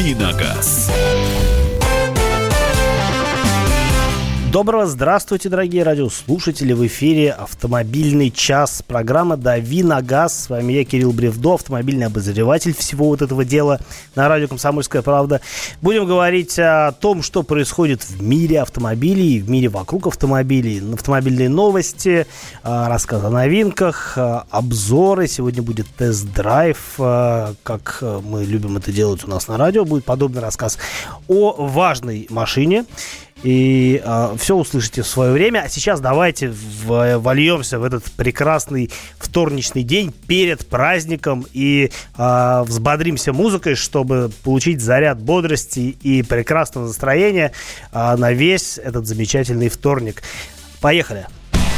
«Давиногаз». Доброго здравствуйте, дорогие радиослушатели. В эфире «Автомобильный час». Программа «Дави на газ». С вами я, Кирилл Бревдо, автомобильный обозреватель всего вот этого дела на радио «Комсомольская правда». Будем говорить о том, что происходит в мире автомобилей, в мире вокруг автомобилей, автомобильные новости, рассказ о новинках, обзоры. Сегодня будет тест-драйв, как мы любим это делать у нас на радио. Будет подобный рассказ о важной машине. И все услышите в свое время. А сейчас давайте вольемся в этот прекрасный вторничный день перед праздником и взбодримся музыкой, чтобы получить заряд бодрости и прекрасного настроения на весь этот замечательный вторник. Поехали!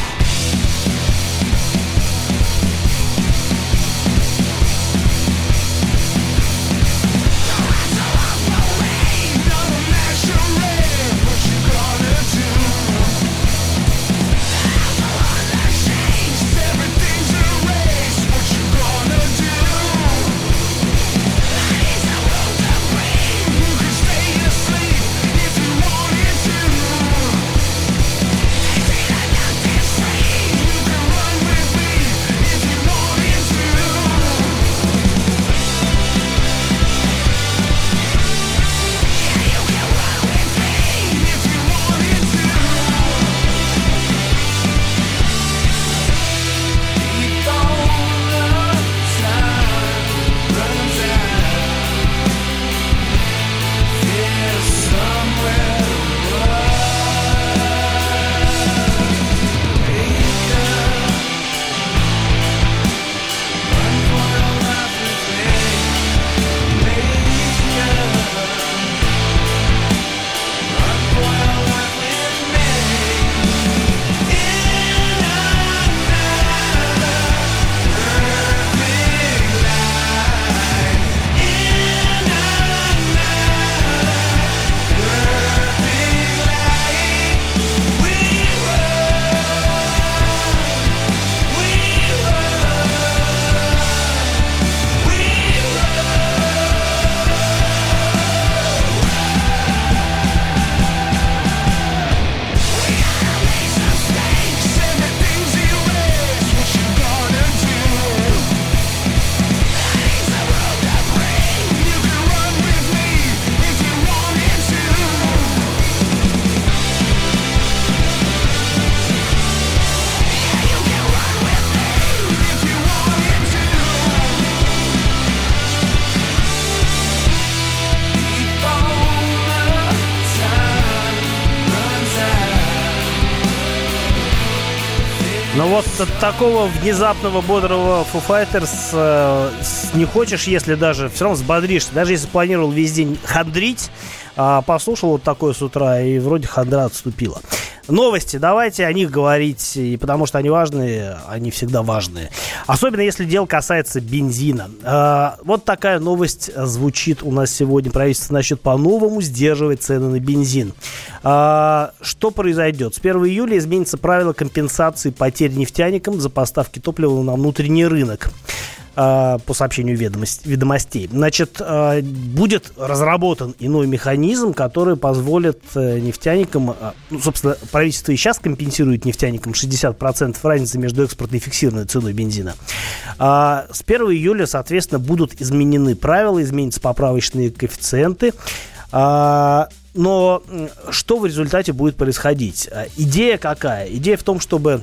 Но вот от такого внезапного бодрого Foo Fighters не хочешь, если даже все равно взбодришься. Даже если планировал весь день хандрить, послушал вот такое с утра, и вроде хандра отступила. Новости, давайте о них говорить, и потому что они важные, они всегда важные. Особенно если дело касается бензина. Вот такая новость звучит у нас сегодня. Правительство начнет по-новому сдерживать цены на бензин. Что произойдет? С 1 июля изменится правило компенсации потерь нефтяникам за поставки топлива на внутренний рынок. По сообщению ведомостей. Значит, будет разработан иной механизм, который позволит нефтяникам, собственно, правительство и сейчас компенсирует нефтяникам 60% разницы между экспортной и фиксированной ценой бензина. С 1 июля, соответственно, будут изменены правила, изменятся поправочные коэффициенты. Но что в результате будет происходить? Идея какая? Идея в том, чтобы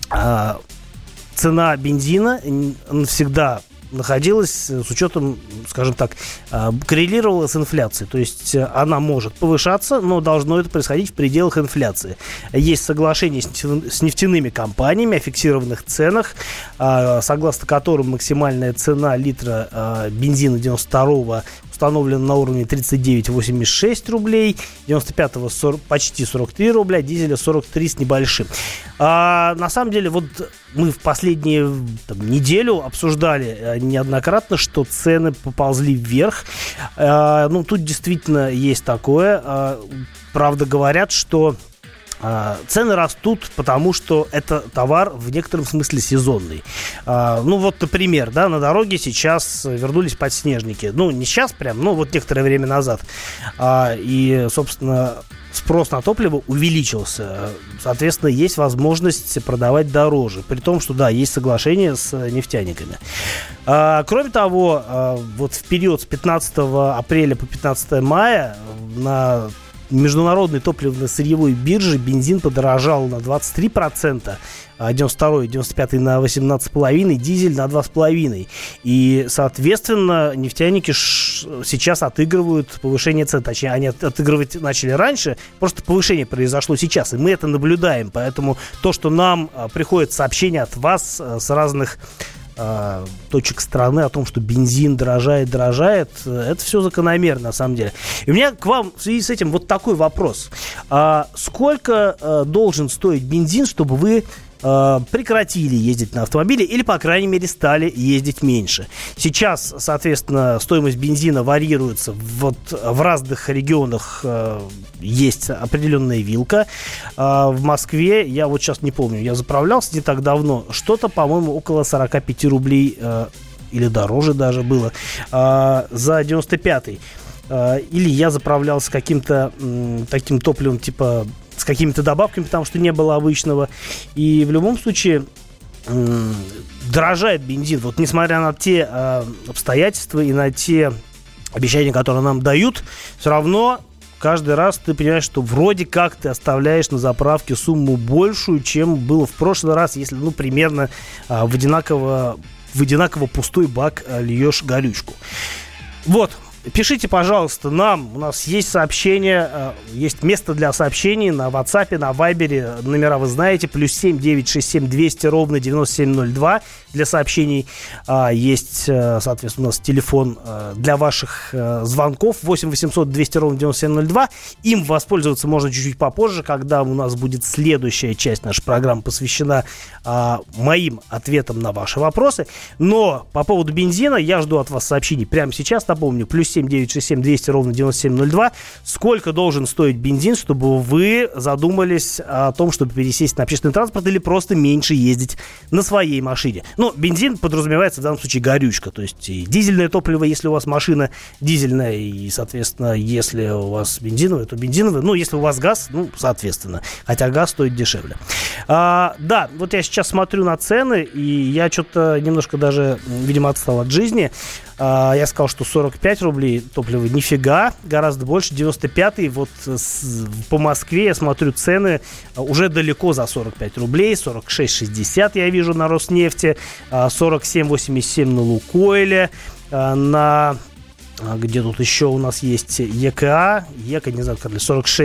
цена бензина всегда находилась с учетом, скажем так, коррелировала с инфляцией. То есть она может повышаться, но должно это происходить в пределах инфляции. Есть соглашение с нефтяными компаниями о фиксированных ценах, согласно которым максимальная цена литра бензина 92-го установлена на уровне 39,86 рублей, 95-го почти 43 рубля, дизеля 43 с небольшим. На самом деле, вот мы в последнюю неделю обсуждали неоднократно, что цены поползли вверх. Тут действительно есть такое. Правда, говорят, что цены растут, потому что это товар в некотором смысле сезонный. Ну вот, например, да, на дороге сейчас вернулись подснежники. Ну, не сейчас прям, но вот некоторое время назад. И, собственно, спрос на топливо увеличился. Соответственно, есть возможность продавать дороже. При том, что, да, есть соглашение с нефтяниками. Кроме того, вот в период с 15 апреля по 15 мая на международной топливно-сырьевой бирже бензин подорожал на 23%, 92-й, 95-й на 18,5%, дизель на 2,5%. И, соответственно, нефтяники сейчас отыгрывают повышение цен. Точнее, они отыгрывать начали раньше, просто повышение произошло сейчас, и мы это наблюдаем. Поэтому то, что нам приходят сообщения от вас с разных точек страны о том, что бензин дорожает, это все закономерно, на самом деле. И у меня к вам в связи с этим вот такой вопрос. Сколько должен стоить бензин, чтобы вы прекратили ездить на автомобиле или, по крайней мере, стали ездить меньше? Сейчас, соответственно, стоимость бензина варьируется. Вот в разных регионах есть определенная вилка. В Москве, я вот сейчас не помню, я заправлялся не так давно, что-то, по-моему, около 45 рублей или дороже даже было за 95-й. Или я заправлялся каким-то таким топливом, типа с какими-то добавками, потому что не было обычного. И в любом случае дорожает бензин. Вот несмотря на те обстоятельства и на те обещания, которые нам дают, все равно каждый раз ты понимаешь, что вроде как ты оставляешь на заправке сумму большую, чем было в прошлый раз, если, ну, примерно в одинаково пустой бак льешь горючку. Вот. Пишите, пожалуйста, нам. У нас есть сообщения, есть место для сообщений на WhatsApp, на Viber. Номера вы знаете. +7 967 200 ровно 9702 для сообщений. Есть, соответственно, у нас телефон для ваших звонков 8 800 200 ровно 9702. Им воспользоваться можно чуть-чуть попозже, когда у нас будет следующая часть нашей программы, посвящена моим ответам на ваши вопросы. Но по поводу бензина я жду от вас сообщений прямо сейчас. Напомню, +7 967 200 ровно 9702. Сколько должен стоить бензин, чтобы вы задумались о том, чтобы пересесть на общественный транспорт или просто меньше ездить на своей машине? Ну, бензин подразумевается в данном случае горючка, то есть и дизельное топливо, если у вас машина дизельная, и, соответственно, если у вас бензиновое, то бензиновое. Ну, если у вас газ, ну, соответственно, хотя газ стоит дешевле. Да, вот я сейчас смотрю на цены, и я что-то немножко даже, видимо, отстал от жизни. Я сказал, что 45 рублей топливо, нифига, гораздо больше. 95-й, вот по Москве я смотрю цены уже далеко за 45 рублей. 46,60 я вижу на Роснефти, 47,87 на Лукойле, на... Где тут еще у нас есть ЕКА, не знаю, как ли,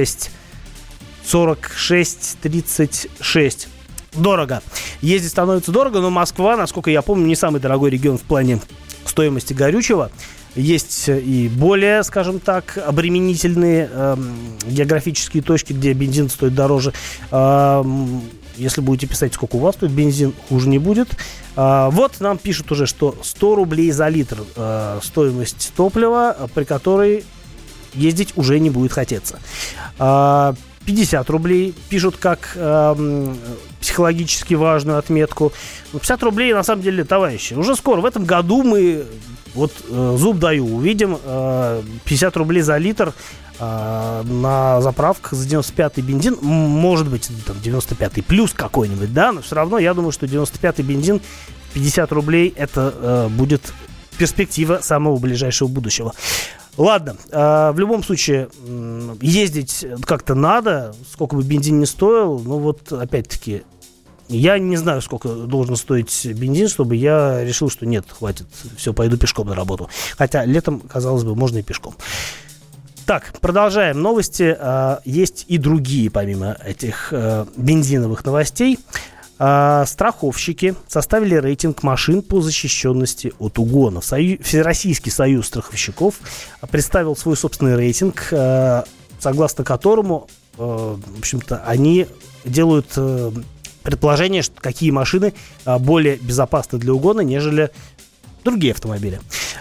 46,36. Дорого. Ездить становится дорого, но Москва, насколько я помню, не самый дорогой регион в плане стоимости горючего. Есть и более, скажем так, обременительные географические точки, где бензин стоит дороже. Если будете писать, сколько у вас стоит бензин, хуже не будет. Вот нам пишут уже, что 100 рублей за литр стоимость топлива, при которой ездить уже не будет хотеться. 50 рублей пишут как психологически важную отметку. 50 рублей, на самом деле, товарищи, уже скоро, в этом году мы, вот зуб даю, увидим 50 рублей за литр на заправках за 95-й бензин. Может быть, там 95-й плюс какой-нибудь, да, но все равно я думаю, что 95-й бензин 50 рублей это будет перспектива самого ближайшего будущего. Ладно, в любом случае, ездить как-то надо, сколько бы бензин ни стоил. Ну вот, опять-таки, я не знаю, сколько должен стоить бензин, чтобы я решил, что нет, хватит, все, пойду пешком на работу. Хотя летом, казалось бы, можно и пешком. Так, продолжаем новости. Есть и другие, помимо этих бензиновых новостей. Страховщики составили рейтинг машин по защищенности от угонов. Всероссийский союз страховщиков представил свой собственный рейтинг, согласно которому, в общем-то, они делают предположение, что какие машины более безопасны для угона, нежели другие автомобили.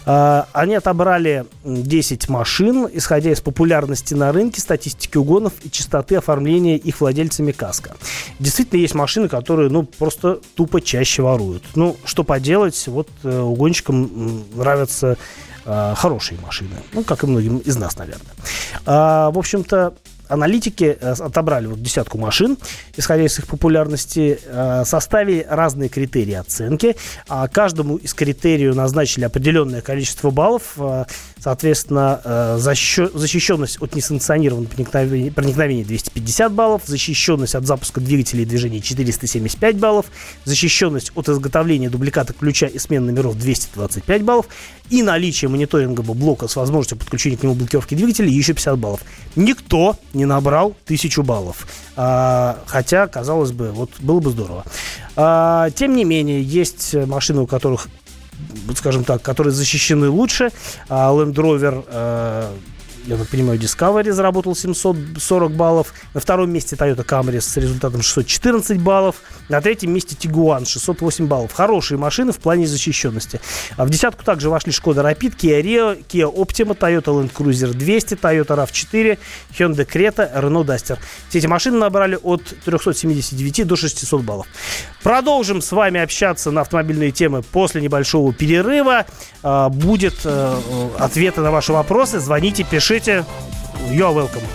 Они отобрали 10 машин, исходя из популярности на рынке, статистики угонов и частоты оформления их владельцами каска. Действительно, есть машины, которые, просто тупо чаще воруют. Что поделать, угонщикам нравятся хорошие машины. Как и многим из нас, наверное. В общем-то, аналитики отобрали десятку машин, исходя из их популярности, составили разные критерии оценки. Каждому из критериев назначили определенное количество баллов. Соответственно, защищенность от несанкционированного проникновения 250 баллов, защищенность от запуска двигателей и движений 475 баллов, защищенность от изготовления дубликата ключа и смены номеров 225 баллов и наличие мониторингового блока с возможностью подключения к нему блокировки двигателя еще 50 баллов. Никто не набрал 1000 баллов. Хотя, казалось бы, было бы здорово. Тем не менее, есть машины, у которых, скажем так, которые защищены лучше. Land Rover, я так понимаю, Discovery заработал 740 баллов. На втором месте Toyota Camry с результатом 614 баллов. На третьем месте Tiguan 608 баллов. Хорошие машины в плане защищенности. В десятку также вошли Skoda Rapid, Kia Rio, Kia Optima, Toyota Land Cruiser 200, Toyota RAV4, Hyundai Creta, Renault Duster. Все эти машины набрали от 379 до 600 баллов. Продолжим с вами общаться на автомобильные темы после небольшого перерыва. Будет ответы на ваши вопросы. Звоните, пишите. You are welcome.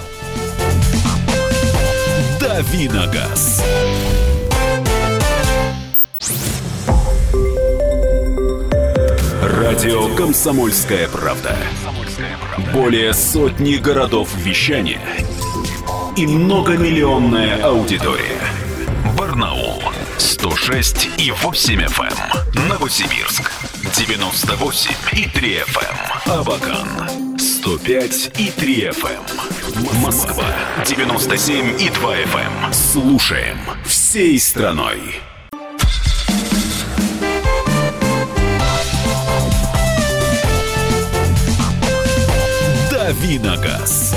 Дави на газ. Радио «Комсомольская правда». Более сотни городов вещания и многомиллионная аудитория. Барнаул 106,8 FM. Новосибирск 98,3 FM. Абакан 105,3 FM. Москва 97,2 FM. Слушаем всей страной. Дави на газ.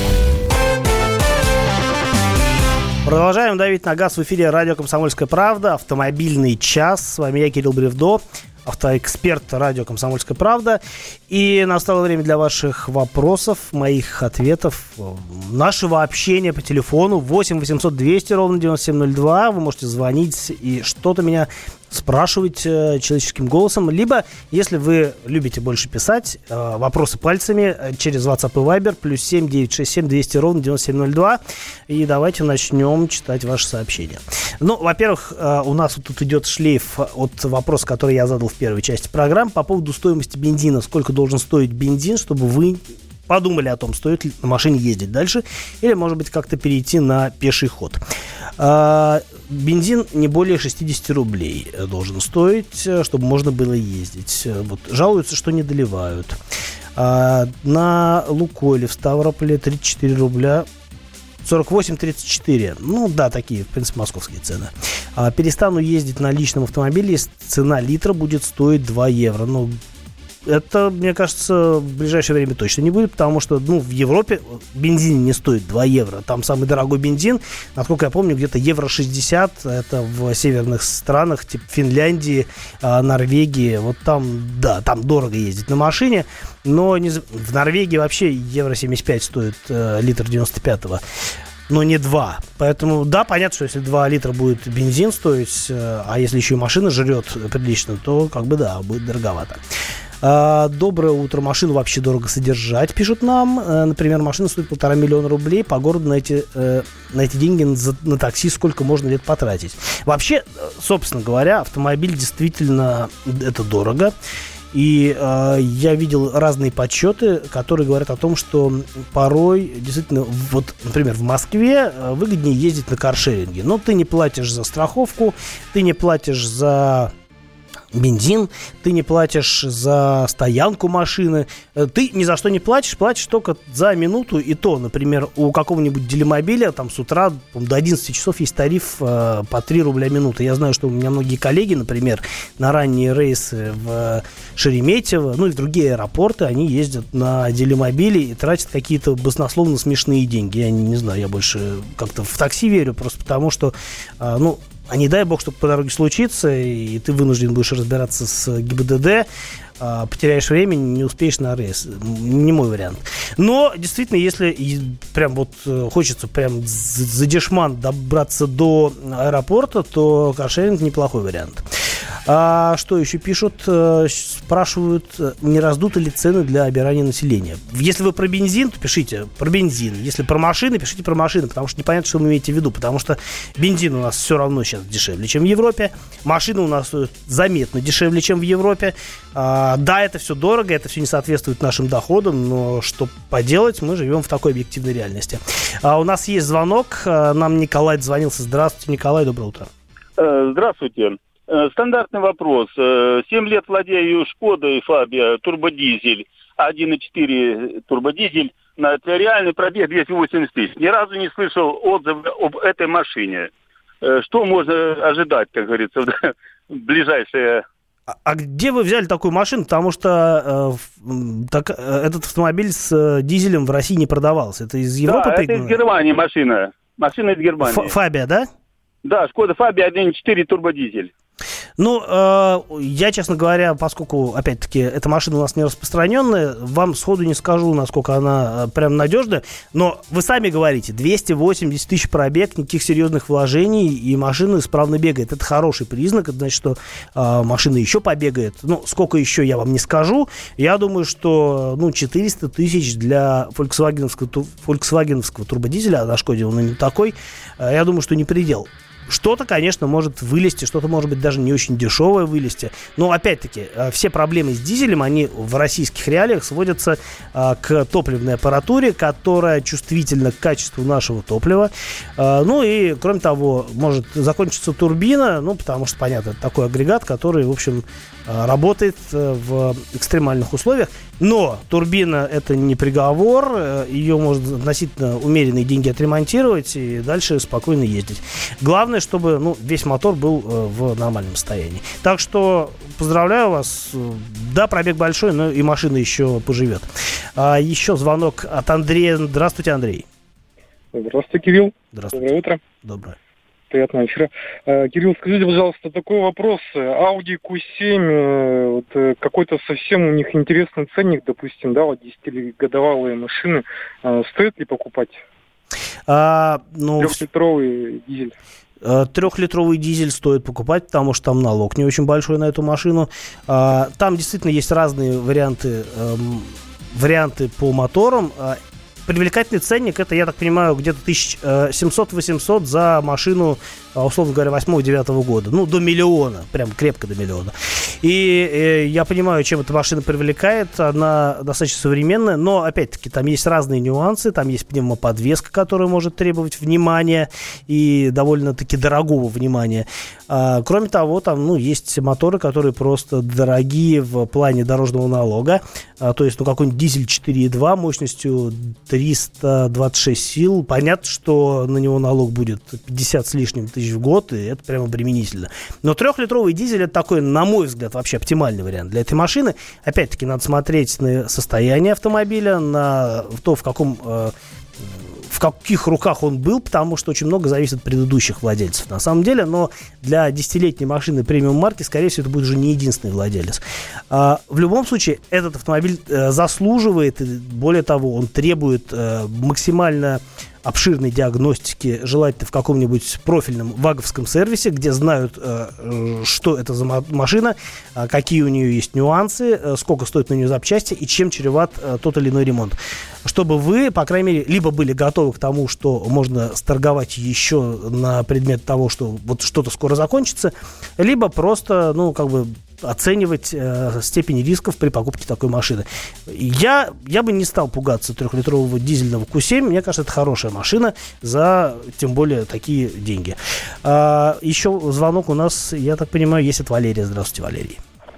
Продолжаем давить на газ в эфире радио «Комсомольская правда». Автомобильный час. С вами я, Кирилл Бревдо, автоэксперт радио «Комсомольская правда». И настало время для ваших вопросов, моих ответов, нашего общения по телефону 8 800 200 ровно 9702. Вы можете звонить и что-то меня спрашивать человеческим голосом. Либо, если вы любите больше писать, вопросы пальцами через WhatsApp и Viber, +7 967 200 ровно 9702. И давайте начнем читать ваши сообщения. Во-первых, у нас тут идет шлейф от вопроса, который я задал в первой части программы по поводу стоимости бензина. Сколько должен стоить бензин, чтобы вы подумали о том, стоит ли на машине ездить дальше, или, может быть, как-то перейти на пеший ход. Бензин не более 60 рублей должен стоить, чтобы можно было ездить. Жалуются, что не доливают. На Лукойле в Ставрополе 34 рубля 48-34. Такие, в принципе, московские цены. Перестану ездить на личном автомобиле, цена литра будет стоить 2 евро. Это, мне кажется, в ближайшее время точно не будет, потому что, в Европе бензин не стоит 2 евро. Там самый дорогой бензин, насколько я помню, где-то евро 60. Это в северных странах, типа Финляндии, Норвегии. Там дорого ездить на машине. Но в Норвегии вообще евро 75 стоит литр 95-го. Но не 2. Поэтому, понятно, что если 2 литра будет бензин стоить, а если еще и машина жрет прилично, то, будет дороговато. Доброе утро. Машину вообще дорого содержать, пишут нам. Например, машина стоит 1,5 миллиона рублей. По городу на эти деньги на такси сколько можно лет потратить. Вообще, собственно говоря, автомобиль действительно это дорого. И я видел разные подсчеты, которые говорят о том, что порой действительно, например, в Москве выгоднее ездить на каршеринге. Но ты не платишь за страховку, ты не платишь за бензин, ты не платишь за стоянку машины, ты ни за что не платишь только за минуту, и то, например, у какого-нибудь делимобиля там с утра до 11 часов есть тариф по 3 рубля минута. Я знаю, что у меня многие коллеги, например, на ранние рейсы в Шереметьево, и в другие аэропорты, они ездят на делимобиле и тратят какие-то баснословно смешные деньги. Я не знаю, я больше как-то в такси верю, просто потому что, а не дай бог, что по дороге случится, и ты вынужден будешь разбираться с ГИБДД. потеряешь время, не успеешь на рейс. Не мой вариант. Но, действительно, если прям вот хочется прям за дешман добраться до аэропорта, то каршеринг неплохой вариант. А что еще пишут? Спрашивают, не раздуты ли цены для обирания населения. Если вы про бензин, то пишите про бензин. Если про машины, пишите про машины, потому что непонятно, что вы имеете в виду. Потому что бензин у нас все равно сейчас дешевле, чем в Европе. Машины у нас стоят заметно дешевле, чем в Европе. Да, это все дорого, это все не соответствует нашим доходам, но что поделать, мы живем в такой объективной реальности. У нас есть звонок, нам Николай дозвонился. Здравствуйте, Николай, доброе утро. Здравствуйте. Стандартный вопрос. 7 лет владею Шкодой Фабия, турбодизель, 1.4 турбодизель, на реальный пробег 280 тысяч. Ни разу не слышал отзыв об этой машине. Что можно ожидать, как говорится, в ближайшее... А где вы взяли такую машину? Потому что этот автомобиль с дизелем в России не продавался. Это из Европы пригнано? Это из Германии машина. Машина из Германии. Фабия, да? Да, Шкода Фабия 1.4 турбодизель. Ну, я, честно говоря, поскольку, опять-таки, эта машина у нас не распространенная, вам сходу не скажу, насколько она прям надежная, но вы сами говорите, 280 тысяч пробег, никаких серьезных вложений, и машина исправно бегает. Это хороший признак, это значит, что машина еще побегает. Ну, сколько еще, я вам не скажу. Я думаю, что 400 тысяч для фольксвагеновского турбодизеля, а на Шкоде он не такой, я думаю, что не предел. Что-то, конечно, может вылезти, что-то, может быть, даже не очень дешевое вылезти. Но, опять-таки, все проблемы с дизелем, они в российских реалиях сводятся к топливной аппаратуре, которая чувствительна к качеству нашего топлива. Ну и, кроме того, может закончиться турбина, потому что, понятно, это такой агрегат, который, в общем, работает в экстремальных условиях. Но турбина – это не приговор, ее можно относительно умеренные деньги отремонтировать и дальше спокойно ездить. Главное, чтобы весь мотор был в нормальном состоянии. Так что поздравляю вас. Да, пробег большой, но и машина еще поживет. Еще звонок от Андрея. Здравствуйте, Андрей. Здравствуйте, Кирилл. Здравствуйте. Доброе утро. Доброе. Приятного вечера. Кирилл, скажите, пожалуйста, такой вопрос. Audi Q7, какой-то совсем у них интересный ценник, допустим, 10-годовалые машины. Стоит ли покупать? 3-литровый дизель. 3-литровый дизель стоит покупать, потому что там налог не очень большой на эту машину. Там действительно есть разные варианты по моторам. Привлекательный ценник, это, я так понимаю, где-то 1700-800 за машину, условно говоря, 8-9 года. До миллиона, прям крепко до миллиона. И я понимаю, чем эта машина привлекает. Она достаточно современная, но, опять-таки, там есть разные нюансы. Там есть пневмоподвеска, которая может требовать внимания и довольно-таки дорогого внимания. Кроме того, там, есть моторы, которые просто дорогие в плане дорожного налога. То есть, какой-нибудь дизель 4.2 мощностью 326 сил. Понятно, что на него налог будет 50 с лишним тысяч в год, и это прямо обременительно. Но 3-литровый дизель — это такой, на мой взгляд, вообще оптимальный вариант для этой машины. Опять-таки, надо смотреть на состояние автомобиля, на то, в каких руках он был, потому что очень много зависит от предыдущих владельцев на самом деле, но для 10-летней машины премиум марки, скорее всего, это будет уже не единственный владелец. В любом случае, этот автомобиль заслуживает, и более того, он требует максимально обширной диагностики, желательно в каком-нибудь профильном ваговском сервисе, где знают, что это за машина, какие у нее есть нюансы, сколько стоит на нее запчасти и чем чреват тот или иной ремонт. Чтобы вы, по крайней мере, либо были готовы к тому, что можно сторговать еще на предмет того, что вот что-то скоро закончится, либо просто, оценивать степень рисков при покупке такой машины. Я бы не стал пугаться 3-литрового дизельного Q7. Мне кажется, это хорошая машина за, тем более, такие деньги. Еще звонок у нас, я так понимаю, есть от Валерия. Здравствуйте, Валерий.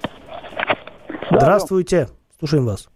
Да, здравствуйте. Слушаем вас.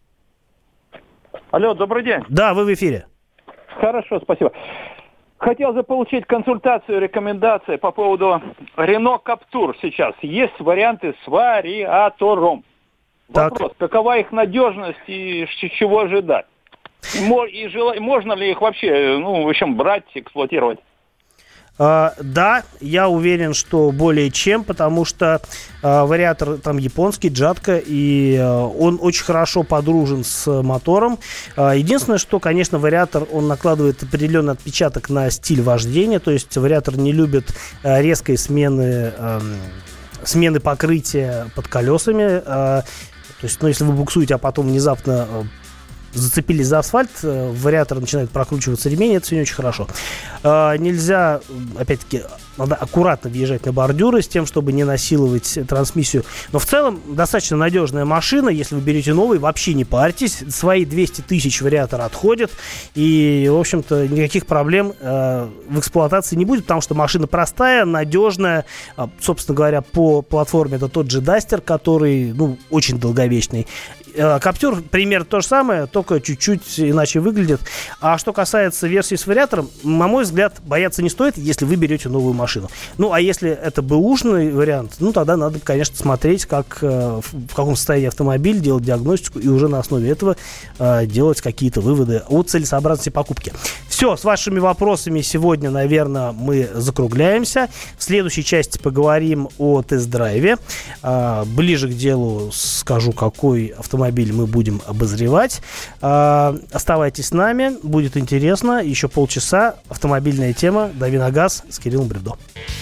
Алло, добрый день. Да, вы в эфире. Хорошо, спасибо. Хотел бы получить консультацию, рекомендации по поводу Renault Captur сейчас. Есть варианты с вариатором. Так. Вопрос, какова их надежность и чего ожидать? И можно ли их вообще, брать, эксплуатировать? Да, я уверен, что более чем, потому что вариатор там японский, Джатка, и он очень хорошо подружен с мотором. Единственное, что, конечно, вариатор, он накладывает определенный отпечаток на стиль вождения, то есть вариатор не любит резкой смены покрытия под колесами. То есть, если вы буксуете, а потом внезапно зацепились за асфальт, вариатор начинает прокручиваться ремень, это все не очень хорошо. Нельзя, опять-таки, надо аккуратно въезжать на бордюры с тем, чтобы не насиловать трансмиссию. Но в целом достаточно надежная машина. Если вы берете новый, вообще не парьтесь. Свои 200 тысяч вариатор отходит. И, в общем-то, никаких проблем в эксплуатации не будет, потому что машина простая, надежная. Собственно говоря, по платформе это тот же Duster, который, очень долговечный. Каптюр примерно то же самое, только чуть-чуть иначе выглядит. А что касается версии с вариатором, на мой взгляд, бояться не стоит, если вы берете новую машину. А если это бэушный вариант, тогда надо, конечно, смотреть, в каком состоянии автомобиль, делать диагностику и уже на основе этого делать какие-то выводы о целесообразности покупки. Все, с вашими вопросами сегодня, наверное, мы закругляемся. В следующей части поговорим о тест-драйве. Ближе к делу скажу, какой автомобиль мы будем обозревать. Оставайтесь с нами, будет интересно. Еще полчаса. Автомобильная тема. Дави на газ с Кириллом Бревдо.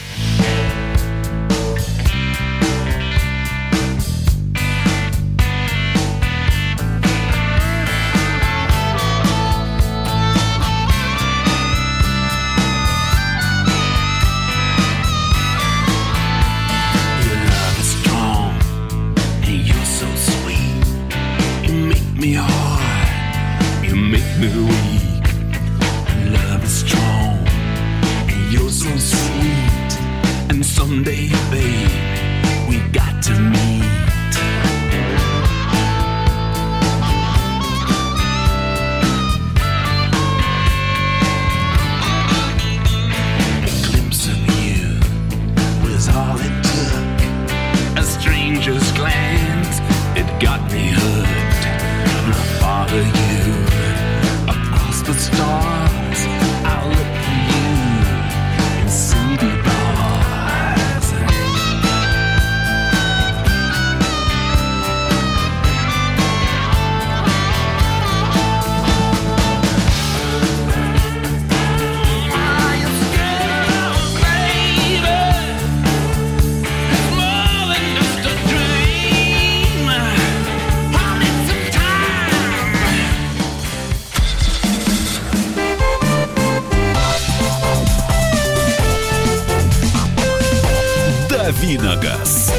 Me hard, you make me weak. Love is strong, and you're so sweet. And someday, babe, we got to meet. A glimpse of you was all it took. A stranger's glance, it got me hooked. Follow you across the stars. I'll look for you in city bars. Are you scared, baby? It's more than just a dream. I need some time. Дави на газ.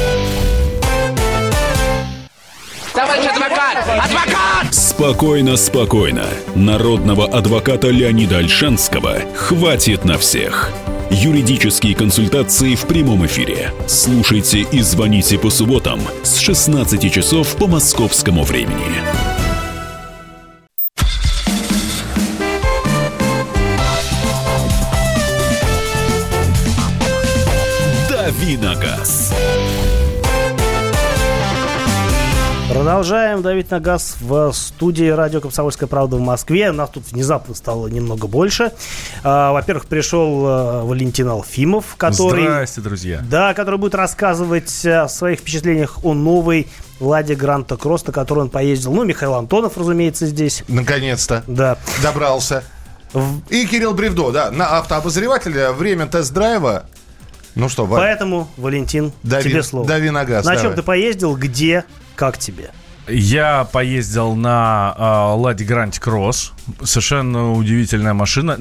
Товарищ адвокат! Адвокат! Спокойно, спокойно. Народного адвоката Леонида Ольшанского хватит на всех. Юридические консультации в прямом эфире. Слушайте и звоните по субботам с 16 часов по московскому времени. Дави на газ. Продолжаем давить на газ в студии радио «Комсомольская правда» в Москве. Нас тут внезапно стало немного больше. Во-первых, пришел Валентин Алфимов, который... Здрасте, друзья. Да, который будет рассказывать о своих впечатлениях о новой Ладе Гранта Кросс, на которой он поездил. Михаил Антонов, разумеется, здесь. Наконец-то. Да. Добрался. И Кирилл Бревдо, да, на автообозревателя. Время тест-драйва. Ну что, Валь? Поэтому, Валентин, тебе слово. Дави на газ. На давай. чем ты поездил, где, как тебе? Я поездил на Ладе Гранте Кросс. Совершенно удивительная машина.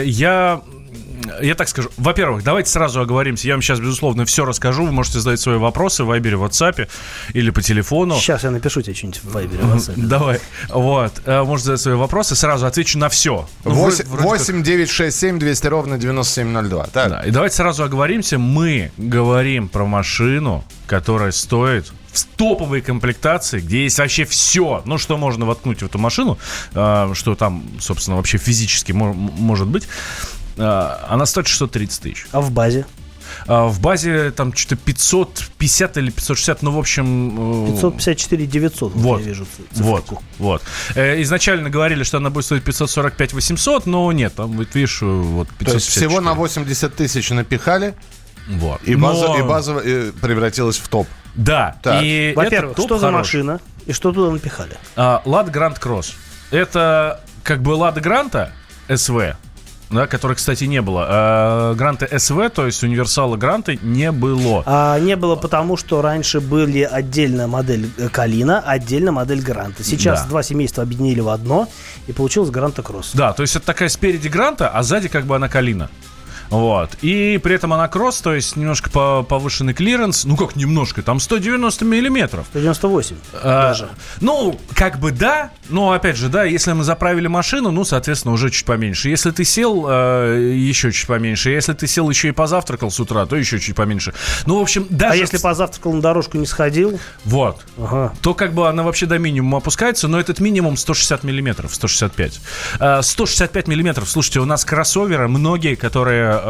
Я так скажу. Во-первых, давайте сразу оговоримся. Я вам сейчас, безусловно, все расскажу. Вы можете задать свои вопросы в Вайбере, в WhatsApp или по телефону. Сейчас я напишу тебе что-нибудь в Вайбере, в WhatsApp. Давай. Вот. Можете задать свои вопросы. Сразу отвечу на все. 8 9 6 7 200 ровно 9702. Так. Да. И давайте сразу оговоримся. Мы говорим про машину, которая стоит в топовой комплектации, где есть вообще все, что можно воткнуть в эту машину, что там, собственно, вообще физически может быть. Она стоит 630 тысяч. А в базе? В базе там что-то 550 или 560, ну, в общем... 554 900, вот, я вижу циферку. Вот. Изначально говорили, что она будет стоить 545 800, но нет, там, вот видишь, вот 554. То есть всего на 80 тысяч напихали, вот. И базово превратилась в топ. Да. И во-первых, что за машина и что туда напихали? Lada Grant Cross. Это как бы Lada Granta SV, да, которой, кстати, не было. Гранта SV, то есть универсала Гранта, не было. Не было потому, что раньше были отдельная модель Калина, отдельная модель Гранта. Сейчас два семейства объединили в одно, и получилась Гранта Кросс. Да, то есть это такая спереди Гранта, а сзади как бы она Калина. Вот. И при этом она кросс, то есть немножко повышенный клиренс. Ну как немножко, там 190 миллиметров. 198 даже. Ну, как бы да, но опять же, да, если мы заправили машину, ну, соответственно, уже чуть поменьше. Если ты сел, еще чуть поменьше. Если ты сел еще и позавтракал с утра, то еще чуть поменьше. Ну, в общем, даже... А если позавтракал, на дорожку не сходил? Вот. То как бы она вообще до минимума опускается, но этот минимум 160 миллиметров, 165. 165 миллиметров, слушайте, у нас кроссоверы, многие, которые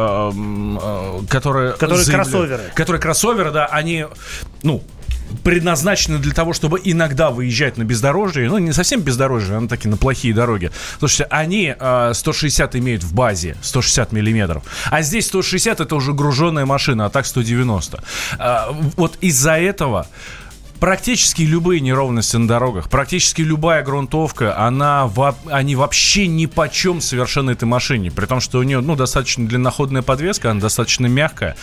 кроссоверы, да, они, ну, предназначены для того, чтобы иногда выезжать на бездорожье. Ну, не совсем бездорожье, а такие на плохие дороги. Слушайте, они 160 имеют в базе, 160 миллиметров. А здесь 160 это уже груженная машина, а так 190. Вот из-за этого практически любые неровности на дорогах, практически любая грунтовка, они вообще нипочем совершенно этой машине. При том, что у нее, ну, достаточно длинноходная подвеска, она достаточно мягкая.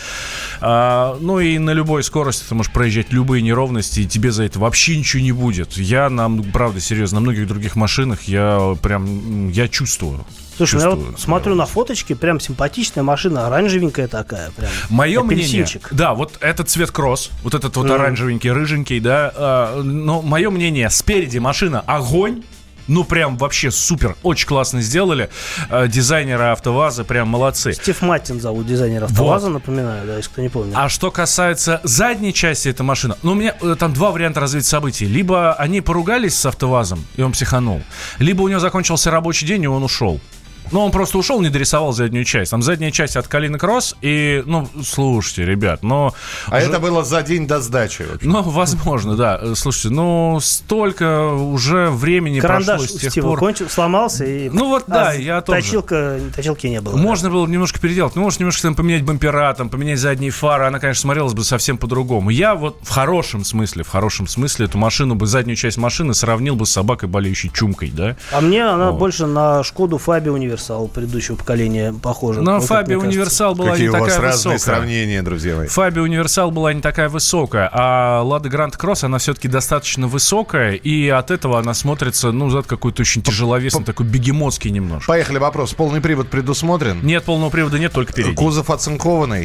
Ну и на любой скорости ты можешь проезжать любые неровности, и тебе за это вообще ничего не будет. Правда, серьезно, на многих других машинах я чувствую. Слушай, я вот смотрю на фоточки, прям симпатичная машина, оранжевенькая такая, прям. Мое мнение, да, вот этот цвет кросс, вот этот вот оранжевенький, рыженький, да, но мое мнение, спереди машина огонь. Ну, прям вообще супер, очень классно сделали. Дизайнеры АвтоВАЗа прям молодцы. Стив Маттин зовут дизайнера АвтоВАЗа, вот. Напоминаю, да, если кто не помнит. А что касается задней части этой машины, ну, у меня там два варианта развития событий. Либо они поругались с АвтоВАЗом, и он психанул, либо у него закончился рабочий день, и он ушел. Ну, он просто ушел, не дорисовал заднюю часть. Там задняя часть от Калины Кросс. И, ну, слушайте, ребят, но... это было за день до сдачи. Ну, возможно, да. Слушайте, ну, столько уже времени карандаш прошло с тех пор. Сломался и... Ну, вот, да, я тоже. Точилки не было. Можно было немножко переделать. Ну, может, немножко там поменять бампера, там, поменять задние фары. Она, конечно, смотрелась бы совсем по-другому. Я вот в хорошем смысле эту машину бы, заднюю часть машины сравнил бы с собакой, болеющей чумкой, да? А мне она больше на Шкоду Фабия Универсал предыдущего поколения похожа. Но Фабия Универсал была не такая высокая. Какие у вас разные сравнения, друзья мои. Фабия Универсал была не такая высокая, а Lada Grant Cross, она все-таки достаточно высокая, и от этого она смотрится, ну, за какой-то очень тяжеловесный, такой бегемотский немножко. Поехали, вопрос. Полный привод предусмотрен? Нет, полного привода нет, только передний. Кузов оцинкованный?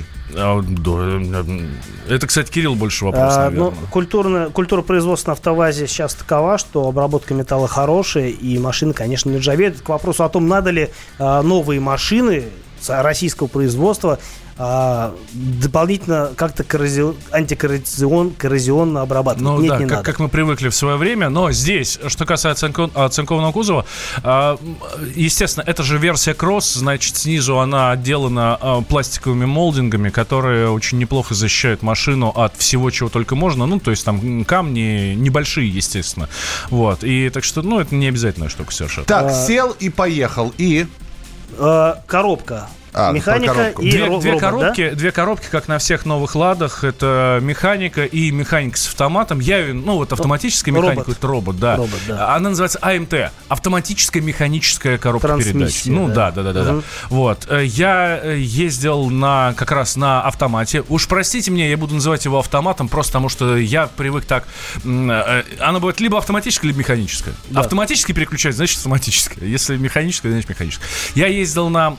Это, кстати, Кирилл больше вопрос, наверное. Ну, культура производства на АвтоВАЗе сейчас такова, что обработка металла хорошая, и машины, конечно, не ржавеют. К вопросу о том, надо ли новые машины российского производства дополнительно как-то антикоррозионно обрабатывать. Ну, нет, да, не надо. Как мы привыкли в свое время. Но здесь, что касается оцинкованного кузова, естественно, это же версия кросс, значит, снизу она отделана пластиковыми молдингами, которые очень неплохо защищают машину от всего, чего только можно. Ну, то есть там камни небольшие, естественно. Вот. И так что, ну, это не обязательная штука совершенно. Так, сел и поехал. И... коробка. Механика и две коробки, как на всех новых ладах. Это механика и механика с автоматом. Вот автоматическая механика, это робот, да. Она называется АМТ. Автоматическая механическая коробка передач. Ну, да. Вот. Я ездил как раз на автомате. Уж простите меня, я буду называть его автоматом, просто потому что я привык так. Она будет либо автоматическая, либо механическая. Да. Автоматически переключать, значит автоматическая. Если механическая, значит механическая. Я ездил на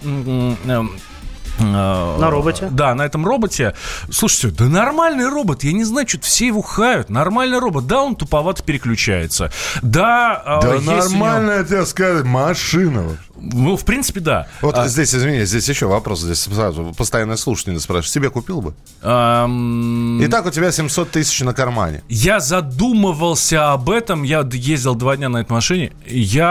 роботе? Да, на этом роботе. Слушайте, да нормальный робот. Я не знаю, что-то все его хают. Нормальный робот. Да, он туповато переключается. Да, нормальная, так сказать, машина. Ну, в принципе, да. Вот здесь, извини, здесь еще вопрос. Здесь сразу постоянная слушательница спрашивает. Себе купил бы? Итак, у тебя 700 тысяч на кармане. Я задумывался об этом. Я ездил 2 дня на этой машине. Я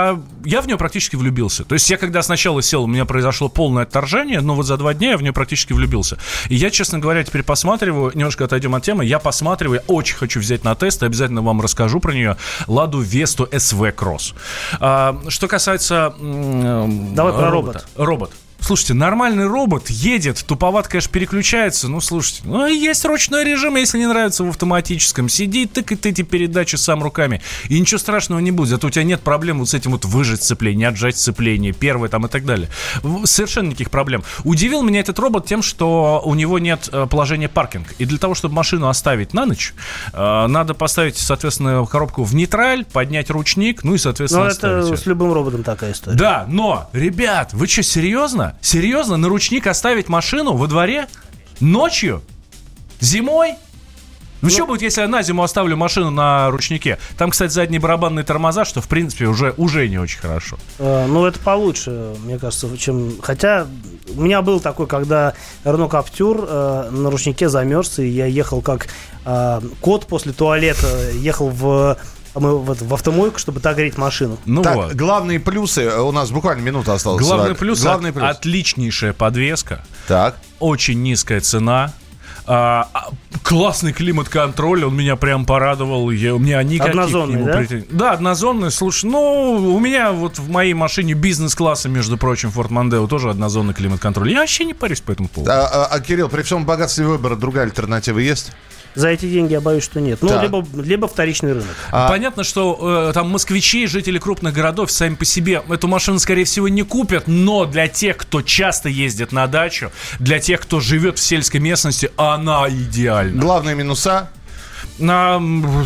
я в нее практически влюбился. То есть я когда сначала сел, у меня произошло полное отторжение, но вот за 2 дня я в нее практически влюбился. И я, честно говоря, теперь посматриваю, немножко отойдем от темы, я посматриваю, я очень хочу взять на тест, и обязательно вам расскажу про нее, Ладу Весту SV Cross. Что касается... Давай про робот. Робот. Слушайте, нормальный робот едет, туповато, конечно, переключается. Ну, слушайте, есть ручной режим, если не нравится в автоматическом. Сиди, тыкай ты эти передачи сам руками. И ничего страшного не будет. Зато у тебя нет проблем вот с этим вот выжать сцепление, отжать сцепление, первое там и так далее. Совершенно никаких проблем. Удивил меня этот робот тем, что у него нет положения паркинг. И для того, чтобы машину оставить на ночь, надо поставить, соответственно, коробку в нейтраль, поднять ручник, ну и, соответственно, оставить. Это с любым роботом такая история. Да, но, ребят, вы что, серьезно? Серьезно? На ручник оставить машину во дворе? Ночью? Зимой? Ну, что будет, если я на зиму оставлю машину на ручнике? Там, кстати, задние барабанные тормоза, что, в принципе, уже не очень хорошо. Ну, это получше, мне кажется, чем... Хотя у меня был такой, когда Renault Captur на ручнике замерз, и я ехал как кот после туалета, ехал в автомойку, чтобы так греть машину. Ну так, вот. Главные плюсы, у нас буквально минута осталась. Главный плюс. Отличнейшая подвеска. Так. Очень низкая цена. Классный климат-контроль, он меня прям порадовал. У меня никаких однозонный, да? претензий. Да, однозонный. Слушай, у меня вот в моей машине бизнес-класса, между прочим, Ford Mondeo тоже однозонный климат-контроль. Я вообще не парюсь по этому поводу. Кирилл, при всем богатстве выбора другая альтернатива есть? За эти деньги я боюсь, что нет. Ну, да. либо вторичный рынок. Понятно, что там москвичи, жители крупных городов сами по себе эту машину, скорее всего, не купят, но для тех, кто часто ездит на дачу, для тех, кто живет в сельской местности, она идеальна. Главные минуса? Я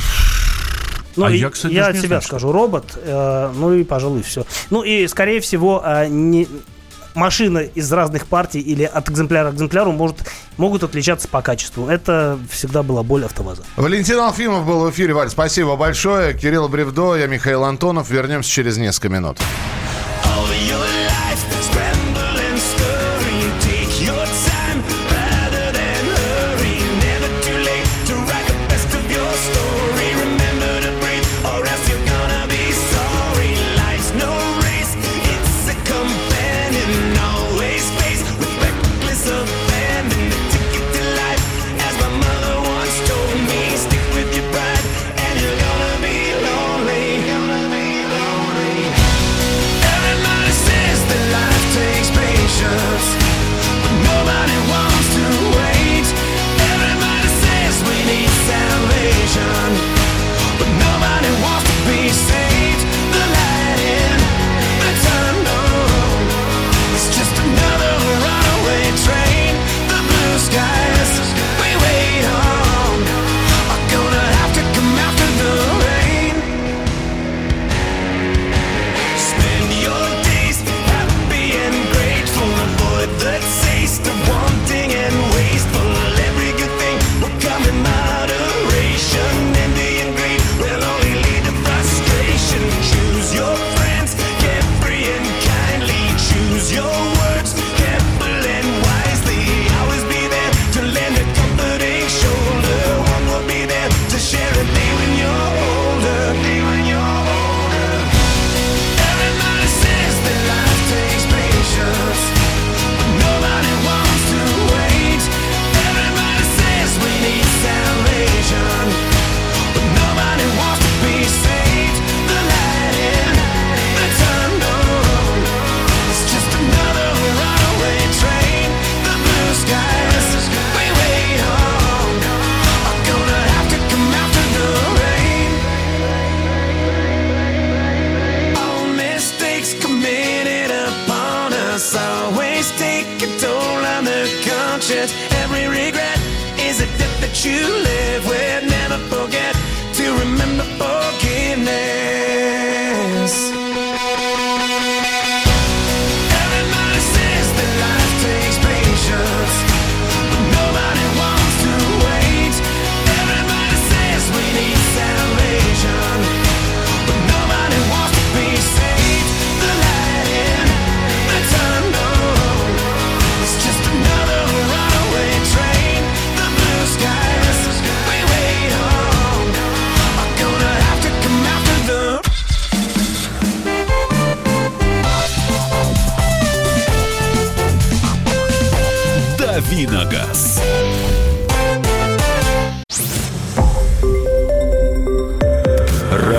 от себя скажу, робот, ну и, пожалуй, все. Ну и, скорее всего, машины из разных партий или от экземпляра к экземпляру могут отличаться по качеству. Это всегда была боль АвтоВАЗа. Валентин Алфимов был в эфире. Валь, спасибо большое. Кирилл Бревдо, я Михаил Антонов. Вернемся через несколько минут.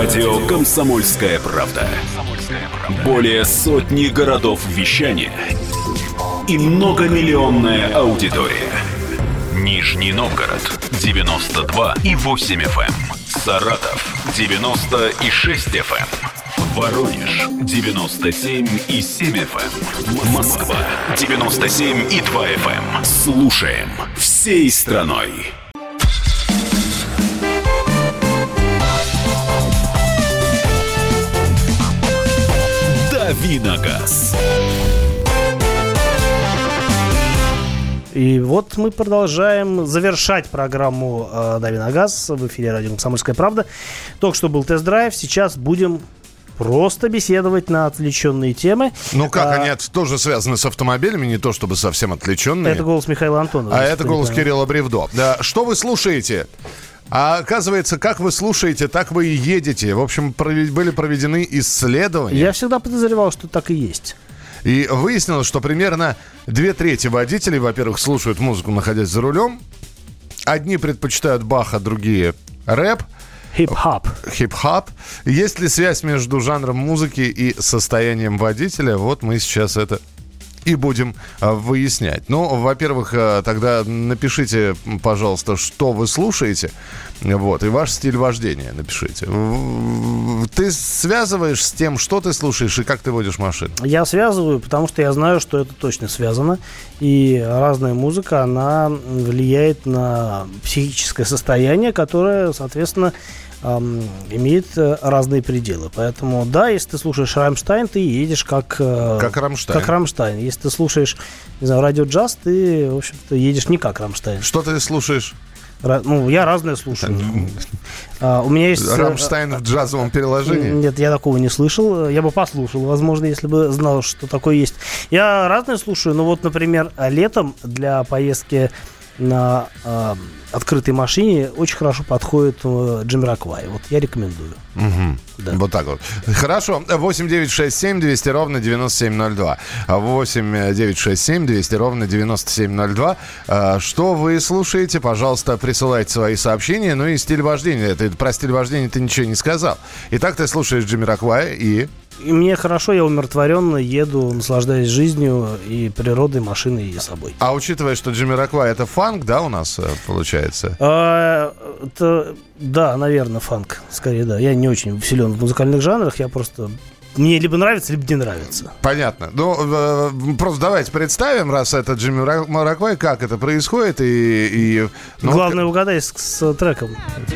Радио «Комсомольская правда». Более сотни городов вещания и многомиллионная аудитория. Нижний Новгород 92,8 FM. Саратов 96 FM. Воронеж 97,7 FM. Москва 97,2 FM. Слушаем всей страной. Дави на газ. И вот мы продолжаем завершать программу «Дави на газ» в эфире радио «Комсомольская правда». Только что был тест-драйв, сейчас будем просто беседовать на отвлеченные темы. Ну как, они тоже связаны с автомобилями, не то чтобы совсем отвлеченные. Это голос Михаила Антонова. А это голос Кирилла Бревдо. Да, что вы слушаете? А оказывается, как вы слушаете, так вы и едете. В общем, были проведены исследования. Я всегда подозревал, что так и есть. И выяснилось, что примерно 2/3 водителей, во-первых, слушают музыку, находясь за рулем. Одни предпочитают Баха, другие рэп. Хип-хоп. Хип-хоп. Есть ли связь между жанром музыки и состоянием водителя? Вот мы сейчас это и будем выяснять. Ну, во-первых, тогда напишите, пожалуйста, что вы слушаете. Вот, и ваш стиль вождения напишите. Ты связываешь с тем, что ты слушаешь и как ты водишь машину? Я связываю, потому что я знаю, что это точно связано. И разная музыка, она влияет на психическое состояние, которое, соответственно, имеет разные пределы. Поэтому, да, если ты слушаешь Рамштайн, ты едешь как Рамштайн. Как Рамштайн. Если ты слушаешь, не знаю, радио джаз, ты, в общем-то, едешь не как Рамштайн. Что ты слушаешь? Ну, я разное слушаю. У меня есть... Рамштайн в джазовом переложении? Нет, я такого не слышал. Я бы послушал, возможно, если бы знал, что такое есть. Я разное слушаю. Ну, вот, например, летом для поездки на открытой машине очень хорошо подходит Джамироквай. Вот я рекомендую. Угу. Да. Вот так вот. Хорошо. 8-967 200 ровно 9702. 8-967 200 ровно 9702. Что вы слушаете? Пожалуйста, присылайте свои сообщения. Ну и стиль вождения. Про стиль вождения ты ничего не сказал. Итак, ты слушаешь Джамироквай и... И мне хорошо, я умиротворенно еду, наслаждаясь жизнью и природой, машиной и собой. А учитывая, что Джамироквай это фанк, да, у нас получается? Да, наверное, фанк. Скорее, да. Я не очень силен в музыкальных жанрах, я просто... Мне либо нравится, либо не нравится. Понятно. Ну, просто давайте представим, раз это Джамироквай, как это происходит. Главное, угадай с треком.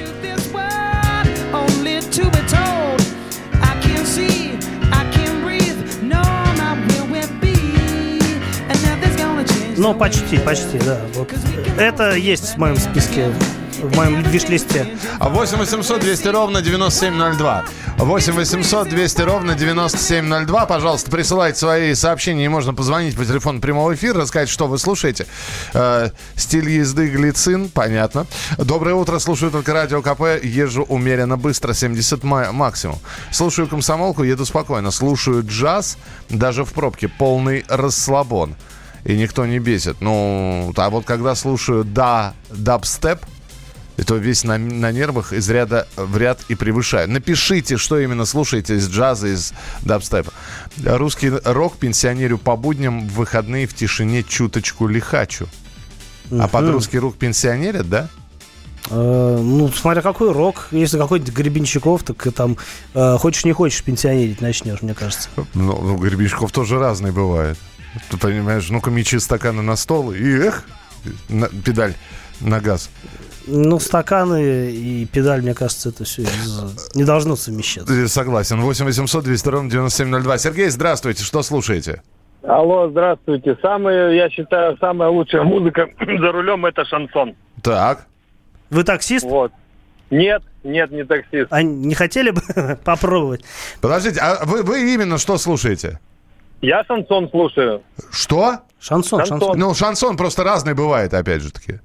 Ну, почти, да. Вот. Это есть в моем списке, в моем виш-листе. 8 800 200 ровно 9702. 8 800 200 ровно 9702. Пожалуйста, присылайте свои сообщения. И можно позвонить по телефону прямого эфира, рассказать, что вы слушаете. Стиль езды глицин, понятно. Доброе утро, слушаю только радио КП. Езжу умеренно быстро, 70 максимум. Слушаю комсомолку, еду спокойно. Слушаю джаз, даже в пробке, полный расслабон. И никто не бесит. Ну, а вот когда слушаю дабстеп, то весь на нервах из ряда в ряд и превышаю. Напишите, что именно слушаете из джаза, из дабстепа. Русский рок пенсионерю по будням, в выходные в тишине чуточку лихачу. А под русский рок пенсионерят, да? Ну, смотря какой рок. Если какой-нибудь Гребенщиков, так там хочешь не хочешь пенсионерить начнешь, мне кажется. Ну, Гребенщиков тоже разный бывает. Ты понимаешь, ну-ка мечи стаканы на стол и педаль на газ. Ну, стаканы и педаль, мне кажется, это все не должно совмещаться. Согласен. 8 800 200 ровно 9702. Сергей, здравствуйте. Что слушаете? Алло, здравствуйте. Я считаю, самая лучшая музыка за рулем — это шансон. Так. Вы таксист? Вот. Нет, не таксист. А не хотели бы попробовать? Подождите, а вы именно что слушаете? Я шансон слушаю. Что? Шансон. Ну, шансон просто разный бывает, опять же таки.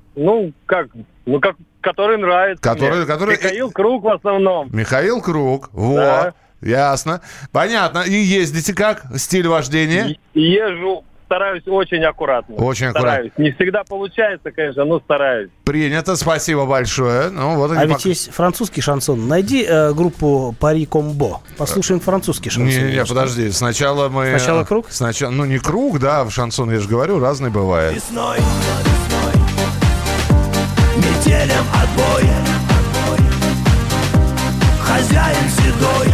Который нравится. Который... Михаил Круг в основном. Михаил Круг, вот. Да. Ясно. Понятно. И ездите как? Стиль вождения? Езжу стараюсь очень аккуратно. Очень аккуратно. Стараюсь. Не всегда получается, конечно, но стараюсь. Принято, спасибо большое. Ну, вот А ведь есть французский шансон. Найди группу Пари Комбо. Послушаем французский шансон. Не, подожди. Сначала круг? Сначала, ну, не круг, да, в шансон, я же говорю, разный бывает. Весной, метелем отбой. Хозяин седой.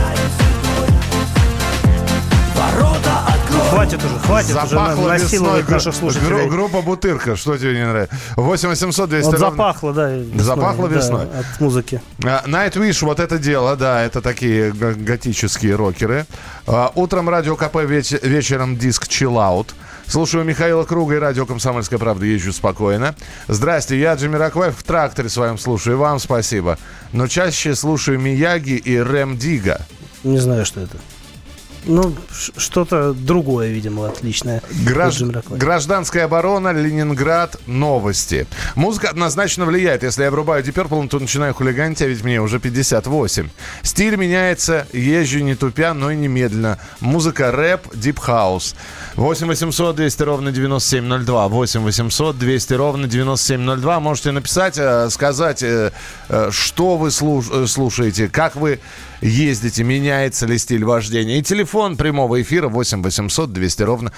Ворота открой. Хватит уже насиловать наших слушателей. Группа «Бутырка», что тебе не нравится? 8 800 200 Вот ровно... запахло, да. Весной, Запахло весной. Да, от музыки. Nightwish, вот это дело, да, это такие готические рокеры. Утром радио КП, вечером диск Chill Out. Слушаю Михаила Круга и радио «Комсомольская правда», езжу спокойно. Здрасте, я Джамироквай в тракторе своем слушаю, и вам спасибо. Но чаще слушаю Мияги и Рэм Дига. Не знаю, что это. Ну, что-то другое, видимо, отличное. Гражданская оборона, Ленинград, новости. Музыка однозначно влияет. Если я врубаю Deep Purple, то начинаю хулиганить, а ведь мне уже 58. Стиль меняется, езжу не тупя, но и немедленно. Музыка рэп, дип хаус. 8 800 200 ровно 9702. 8 800 200 ровно 9702. Можете написать, сказать, что вы слушаете, как вы ездите, меняется ли стиль вождения. И телефон прямого эфира 8 800 200 ровно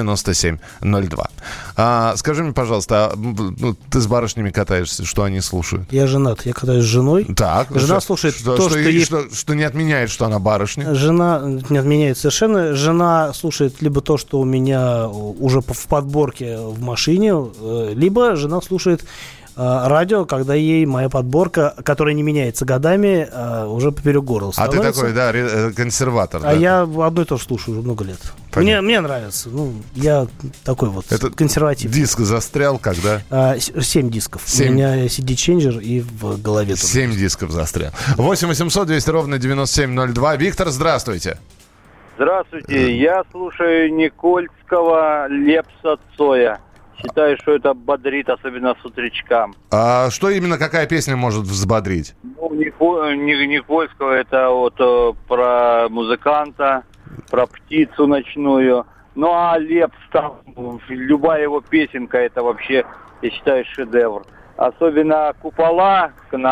9702. Скажи мне, пожалуйста, ты с барышнями катаешься, что они слушают? Я женат, я катаюсь с женой. Так, жена слушает что не отменяет, что она барышня. Жена не отменяет совершенно. Жена слушает либо то, что у меня уже в подборке в машине, либо жена слушает радио, когда ей моя подборка, которая не меняется годами, уже поперек горла становится. А ты такой, да, консерватор. А я одно и то же слушаю уже много лет. Мне нравится. Ну, я такой вот консерватив. Диск застрял когда? 7 дисков. 7. У меня CD-ченджер и в голове тоже. 7 дисков застрял. 8 800 200 ровно 9702. Виктор, здравствуйте. Здравствуйте. Я слушаю Никольского, Лепса, Цоя. Считаю, что это бодрит, особенно с утречкам. А что именно, какая песня может взбодрить? Ну, Никольского это вот про музыканта, про птицу ночную. Ну, а Лепс, там, любая его песенка, это вообще, я считаю, шедевр. Особенно «Купола»,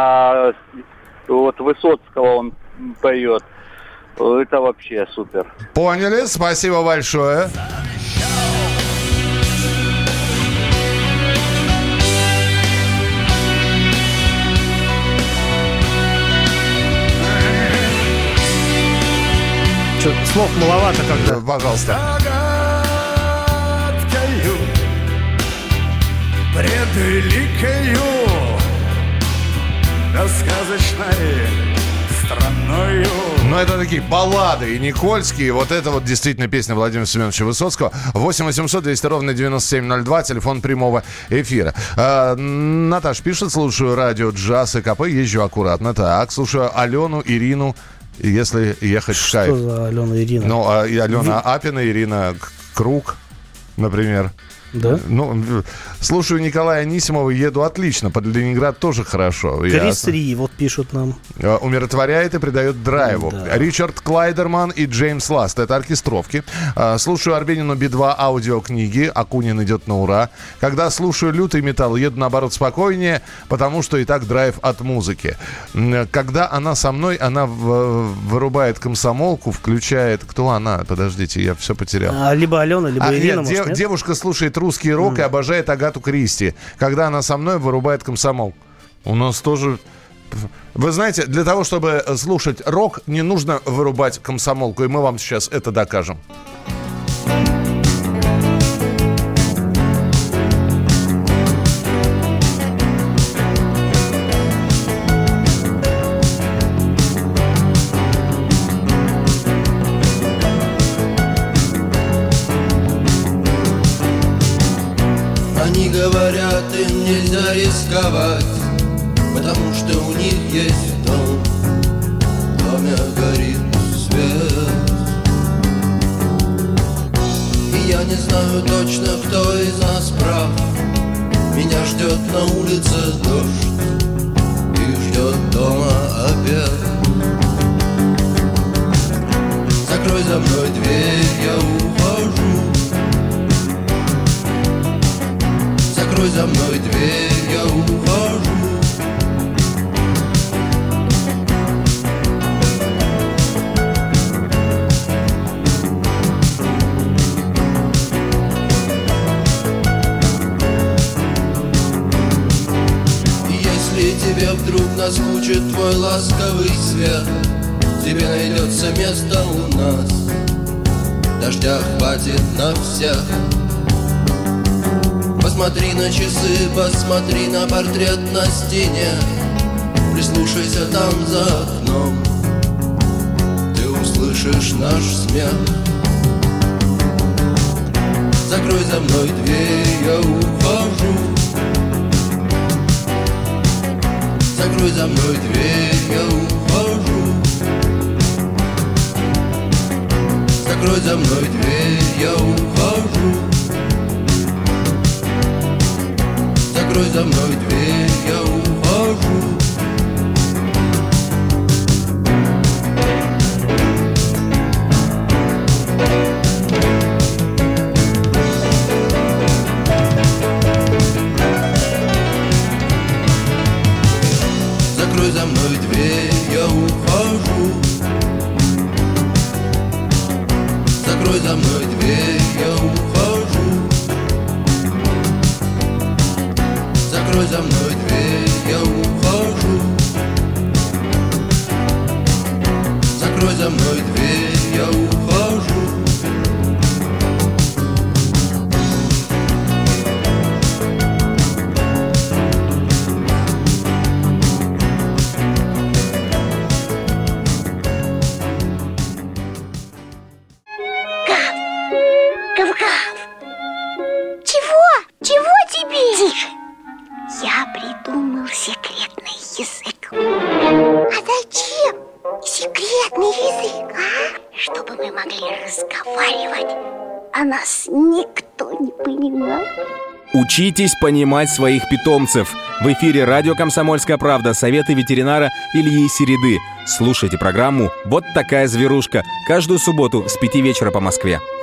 вот Высоцкого он поет. Это вообще супер. Поняли, спасибо большое. Слов маловато когда. Пожалуйста. Загадкою предвеликою, да сказочной страною. Ну, это такие баллады и Никольские. Вот это вот действительно песня Владимира Семеновича Высоцкого. 8 800 200 ровно 9702. Телефон прямого эфира. Наташ пишет, слушаю радио Джаз и КП, езжу аккуратно. Так, слушаю Алену, Ирину. Если ехать в кайф. Что за Алена Ирина? Ну, Алена Апина, Ирина Круг, например. Да? Ну, слушаю Николая Анисимова, еду отлично. Под Ленинград тоже хорошо. Крис Ри, вот пишут нам. Умиротворяет и придает драйву. Да. Ричард Клайдерман и Джеймс Ласт. Это оркестровки. Слушаю Арбенину Би-2 аудиокниги. Акунин идет на ура. Когда слушаю лютый металл, еду наоборот спокойнее, потому что и так драйв от музыки. Когда она со мной, она вырубает комсомолку, включает... Кто она? Подождите, я все потерял. Либо Алена, либо Ирина. Нет, девушка слушает русский рок и обожает Агату Кристи. Когда она со мной, вырубает комсомолку. У нас тоже... Вы знаете, для того, чтобы слушать рок, не нужно вырубать комсомолку. И мы вам сейчас это докажем. Они говорят, им нельзя рисковать, потому что у них есть дом, в доме горит свет. И я не знаю точно, кто из нас прав. Меня ждет на улице дождь и ждет дома обед. Закрой за мной дверь, я ухожу. значит твой ласковый свет. Тебе найдется место у нас, дождя хватит на всех. Посмотри на часы, посмотри на портрет на стене, прислушайся там за окном, ты услышишь наш смех. Закрой за мной дверь, я ухожу. Закрой за мной дверь, я ухожу. Закрой за мной дверь, я ухожу. Закрой за мной дверь, я ухожу. Закрой за мной дверь, я ухожу. Закрой за мной дверь, я ухожу. Закрой за мной дверь, я ухожу. Закрой за мной дверь, я ухожу. Гав-гав! Чего? Чего тебе? Тише! Я придумал секретный язык. А зачем секретный язык, а? Чтобы мы могли разговаривать, а нас никто не понимал. Учитесь понимать своих питомцев. В эфире радио «Комсомольская правда». Советы ветеринара Ильи Середы. Слушайте программу «Вот такая зверушка» каждую субботу с 5 вечера по Москве.